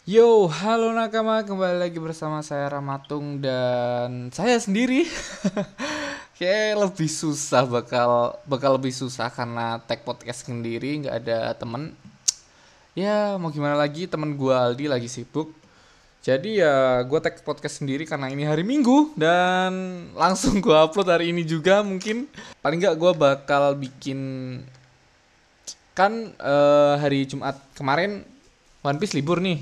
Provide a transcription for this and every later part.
Yo, halo nakama, kembali lagi bersama saya Ramatung dan saya sendiri. Kayak lebih susah, bakal bakal lebih susah karena tag podcast sendiri nggak ada temen. Ya mau gimana lagi, temen gua Aldi lagi sibuk. Jadi ya gue tag podcast sendiri karena ini hari Minggu dan langsung gua upload hari ini juga mungkin. Paling nggak gua bakal bikin kan hari Jumat kemarin One Piece libur nih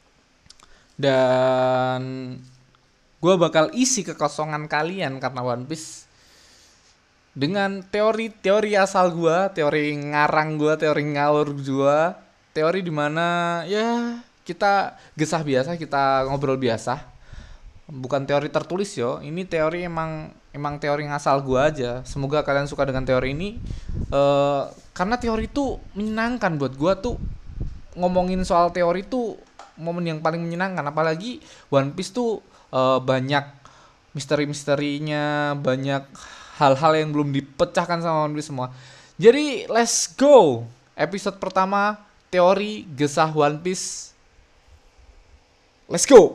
dan gue bakal isi kekosongan kalian karena One Piece dengan teori-teori asal gue, teori ngarang gue, teori ngalur gue, teori dimana ya kita gesah biasa, kita ngobrol biasa, bukan teori tertulis yo. Ini teori emang teori ngasal gue aja. Semoga kalian suka dengan teori ini, karena teori itu menyenangkan buat gue tuh. Ngomongin soal teori tuh momen yang paling menyenangkan, apalagi One Piece tuh banyak misteri-misterinya, banyak hal-hal yang belum dipecahkan sama One Piece semua. Jadi let's go. Episode pertama, teori gesah One Piece. Let's go.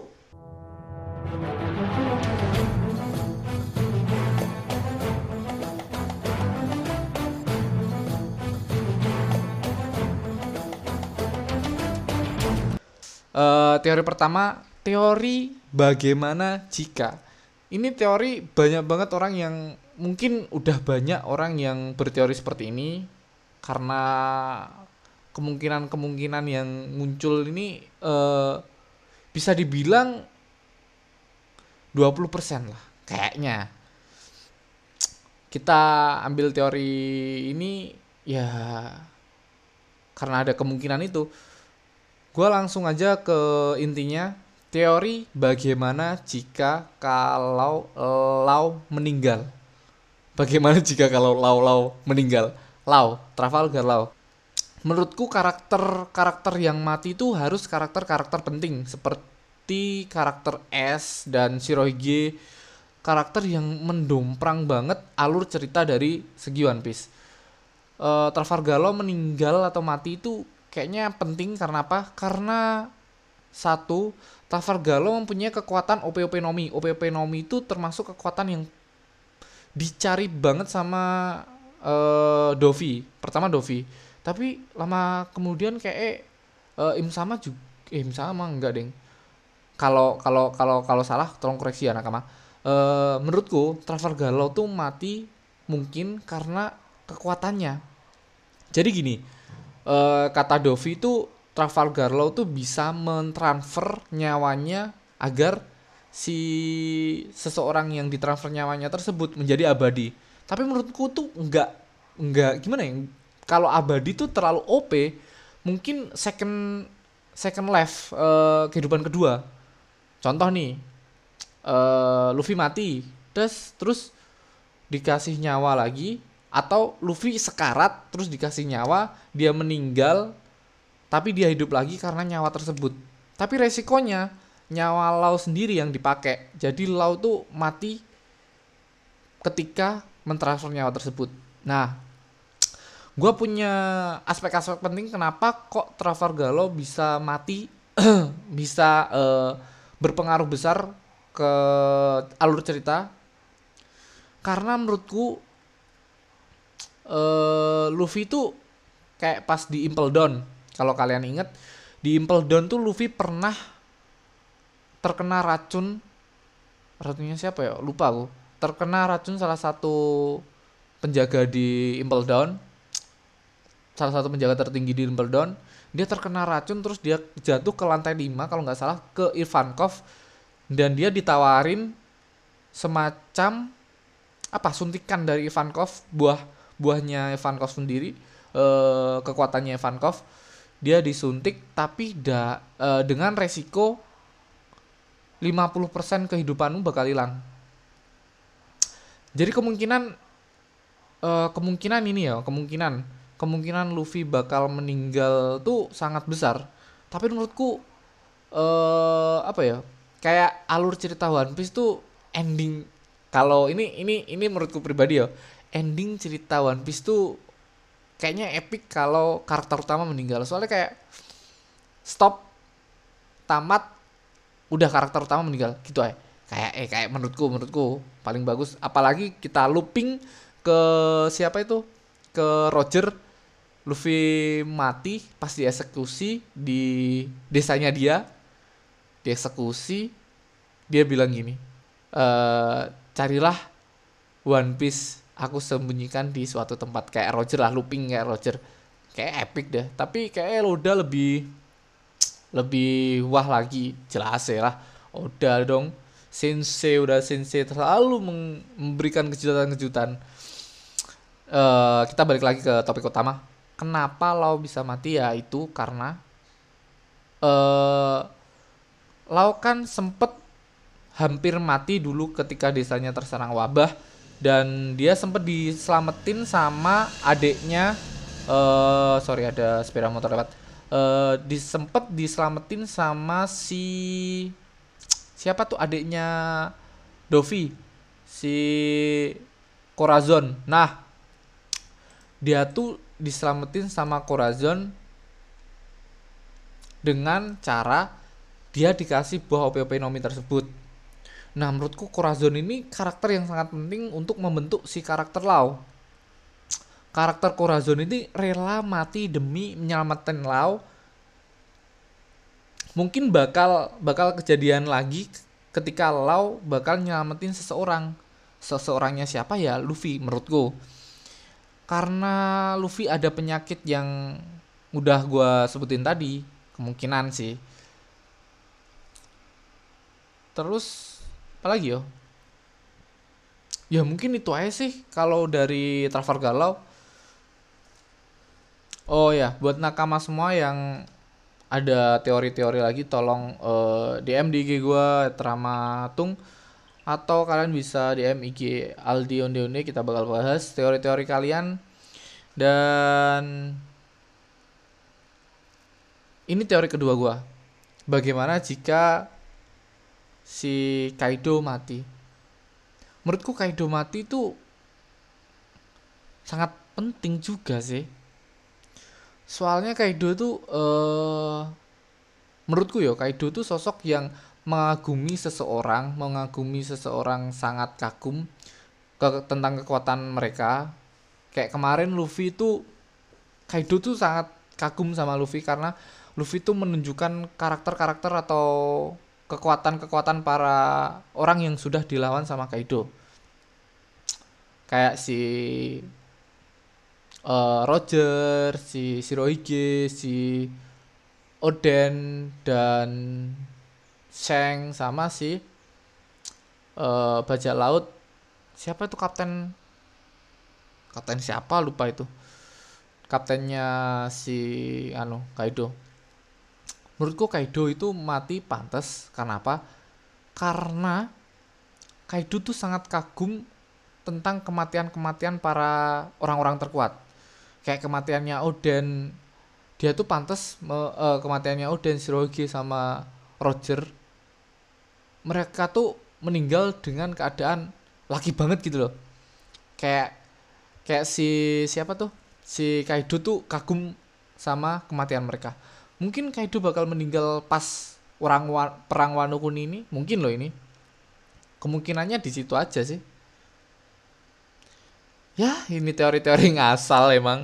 Teori pertama, teori bagaimana jika. Ini teori banyak banget orang yang mungkin udah banyak orang yang berteori seperti ini karena kemungkinan-kemungkinan yang muncul ini bisa dibilang 20% lah kayaknya. Kita ambil teori ini ya karena ada kemungkinan itu. Gue langsung aja ke intinya. Teori bagaimana jika kalau Lau meninggal. Bagaimana jika kalau Lau meninggal? Lau, Trafalgar Lau. Menurutku karakter-karakter yang mati itu harus karakter-karakter penting seperti karakter S dan Shirohige, karakter yang mendomprang banget alur cerita dari segi One Piece. Trafalgar Law meninggal atau mati itu kayaknya penting karena apa? Karena satu, Trafalgar Law mempunyai kekuatan OP-OP Nomi. OP-OP Nomi itu termasuk kekuatan yang dicari banget sama Dovi. Pertama Dovi. Tapi lama kemudian kayak Im sama juga Im sama enggak, Deng. Kalau salah tolong koreksi ya nakama. Menurutku Trafalgar Law tuh mati mungkin karena kekuatannya. Jadi gini, kata Dovi itu Trafalgar Law tuh bisa mentransfer nyawanya agar si seseorang yang ditransfer nyawanya tersebut menjadi abadi. Tapi menurutku tuh enggak gimana ya? Kalau abadi tuh terlalu OP, mungkin second second life, kehidupan kedua. Contoh nih, Luffy mati, terus dikasih nyawa lagi, atau Luffy sekarat terus dikasih nyawa, dia meninggal tapi dia hidup lagi karena nyawa tersebut. Tapi resikonya nyawa Lau sendiri yang dipakai. Jadi Lau tuh mati ketika mentransfer nyawa tersebut. Nah, gue punya aspek-aspek penting kenapa kok Trafalgar Law bisa mati, bisa berpengaruh besar ke alur cerita. Karena menurutku Luffy tuh kayak pas di Impel Down. Kalau kalian inget, di Impel Down tuh Luffy pernah terkena racun. Racunnya siapa ya? Lupa aku. Terkena racun salah satu penjaga di Impel Down. Salah satu penjaga tertinggi di Impel Down. Dia terkena racun terus dia jatuh ke lantai 5 kalau nggak salah, ke Ivankov. Dan dia ditawarin semacam apa, suntikan dari Ivankov, buahnya Ivankov sendiri, kekuatannya Ivankov. Dia disuntik tapi dengan resiko 50% kehidupanmu bakal hilang. Jadi kemungkinan ini ya, kemungkinan Luffy bakal meninggal tuh sangat besar. Tapi menurutku apa ya? Kayak alur cerita One Piece tuh ending, kalau ini menurutku pribadi ya, ending cerita One Piece tuh kayaknya epic kalau karakter utama meninggal. Soalnya kayak stop tamat udah karakter utama meninggal gitu aja. Kayak menurutku paling bagus, apalagi kita looping ke siapa itu, ke Roger. Luffy mati pas dieksekusi di desanya dia, dieksekusi. Dia bilang gini, carilah One Piece, aku sembunyikan di suatu tempat. Kayak Roger lah, looping kayak Roger. Kayak epic deh. Tapi kayak Oda lebih lebih wah lagi, jelas ya lah. Oda dong, sensei selalu memberikan kejutan-kejutan. Kita balik lagi ke topik utama. Kenapa Lau bisa mati? Ya itu karena Lau kan sempet hampir mati dulu ketika desanya terserang wabah, dan dia sempet diselamatin sama adeknya. Sorry, ada sepeda motor lewat. Sempet diselamatin sama si siapa tuh, adeknya Dovi, si Corazon. Nah, dia tuh diselamatin sama Corazon dengan cara dia dikasih buah OP-OP Nomi tersebut. Nah, menurutku Corazon ini karakter yang sangat penting untuk membentuk si karakter Lau. Karakter Corazon ini rela mati demi menyelamatkan Lau. Mungkin bakal kejadian lagi ketika Lau bakal nyelamatin seseorang. Seseorangnya siapa ya? Luffy menurutku. Karena Luffy ada penyakit yang udah gue sebutin tadi, kemungkinan sih. Terus apa lagi yo? Ya mungkin itu aja sih kalau dari Trafalgar Law. Oh ya, buat nakama semua yang ada teori-teori lagi, tolong DM di IG gue Tramatung, atau kalian bisa DM IG Aldi Onde Onde. Kita bakal bahas teori-teori kalian. Dan ini teori kedua gue. Bagaimana jika si Kaido mati? Menurutku Kaido mati itu sangat penting juga sih. Soalnya Kaido tuh menurutku ya, Kaido tuh sosok yang mengagumi seseorang sangat kagum tentang kekuatan mereka. Kayak kemarin Luffy tuh, Kaido tuh sangat kagum sama Luffy karena Luffy tuh menunjukkan karakter-karakter atau kekuatan-kekuatan para orang yang sudah dilawan sama Kaido. Kayak si Roger, si Shirohige, si Oden, dan Shanks, sama si bajak laut. Siapa itu kapten siapa, lupa itu. Kaptennya si Kaido. Menurutku Kaido itu mati pantas. Kenapa? Karena Kaido tuh sangat kagum tentang kematian-kematian para orang-orang terkuat. Kayak kematiannya Oden, dia tuh pantas kematiannya Oden, Shirohige sama Roger. Mereka tuh meninggal dengan keadaan laki banget gitu loh. Kayak si siapa tuh? Si Kaido tuh kagum sama kematian mereka. Mungkin Kaido bakal meninggal pas perang Wano Kuni ini, mungkin loh ini. Kemungkinannya di situ aja sih. Ya, ini teori-teori ngasal emang.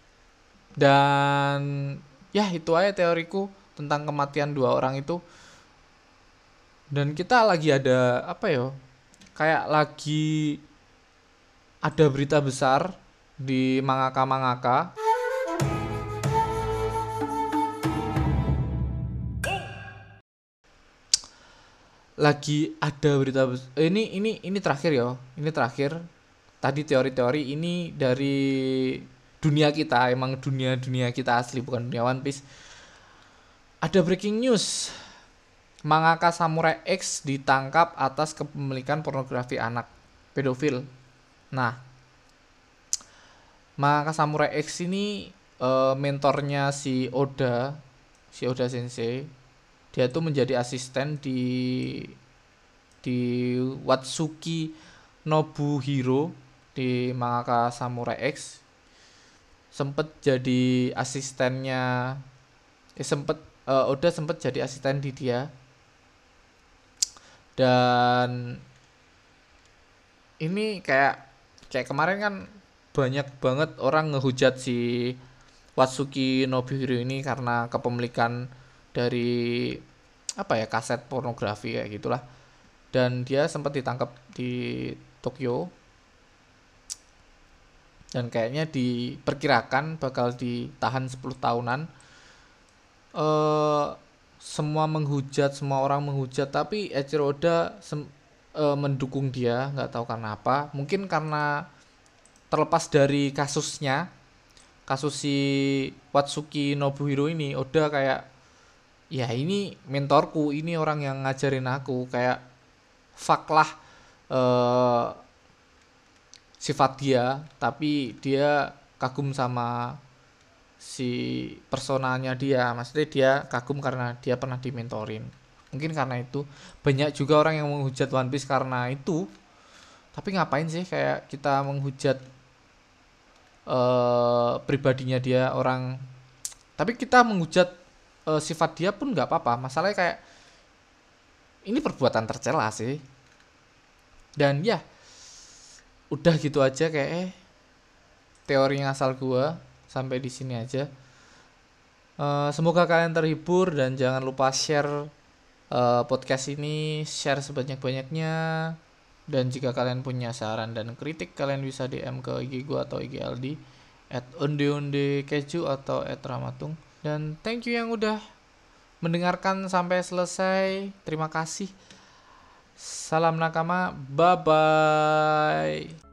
Dan ya itu aja teoriku tentang kematian dua orang itu. Dan kita lagi ada apa ya? Kayak lagi ada berita besar di mangaka. Lagi ada berita ini terakhir ya. Ini terakhir. Tadi teori-teori ini dari dunia kita, emang dunia kita asli, bukan dunia One Piece. Ada breaking news. Mangaka Samurai X ditangkap atas kepemilikan pornografi anak, pedofil. Nah, mangaka Samurai X ini mentornya si Oda Sensei. Dia tuh menjadi asisten di Watsuki Nobuhiro di mangaka Samurai X. Sempet jadi asistennya, sempet Oda sempat jadi asisten di dia. Dan ini kayak kemarin kan banyak banget orang ngehujat si Watsuki Nobuhiro ini karena kepemilikan dari apa ya, kaset pornografi kayak gitulah. Dan dia sempat ditangkap di Tokyo dan kayaknya diperkirakan bakal ditahan 10 tahunan. eh Semua menghujat, semua orang menghujat, tapi Eiichiro Oda mendukung dia, nggak tahu karena apa. Mungkin karena terlepas dari kasus si Watsuki Nobuhiro ini, Oda kayak, ya ini mentorku, ini orang yang ngajarin aku, kayak fuck lah eh sifat dia, tapi dia kagum sama si personanya dia, maksudnya dia kagum karena dia pernah dimentorin. Mungkin karena itu banyak juga orang yang menghujat One Piece karena itu. Tapi ngapain sih kayak kita menghujat pribadinya dia orang, tapi kita menghujat sifat dia pun nggak apa-apa. Masalahnya kayak ini perbuatan tercela sih. Dan ya udah gitu aja kayak teori asal gua sampai di sini aja. Semoga kalian terhibur dan jangan lupa share podcast ini, share sebanyak-banyaknya. Dan jika kalian punya saran dan kritik, kalian bisa DM ke IG gua atau IG Aldi @ondeondekeju atau @ramatung. Dan thank you yang udah mendengarkan sampai selesai. Terima kasih. Salam nakama. Bye bye.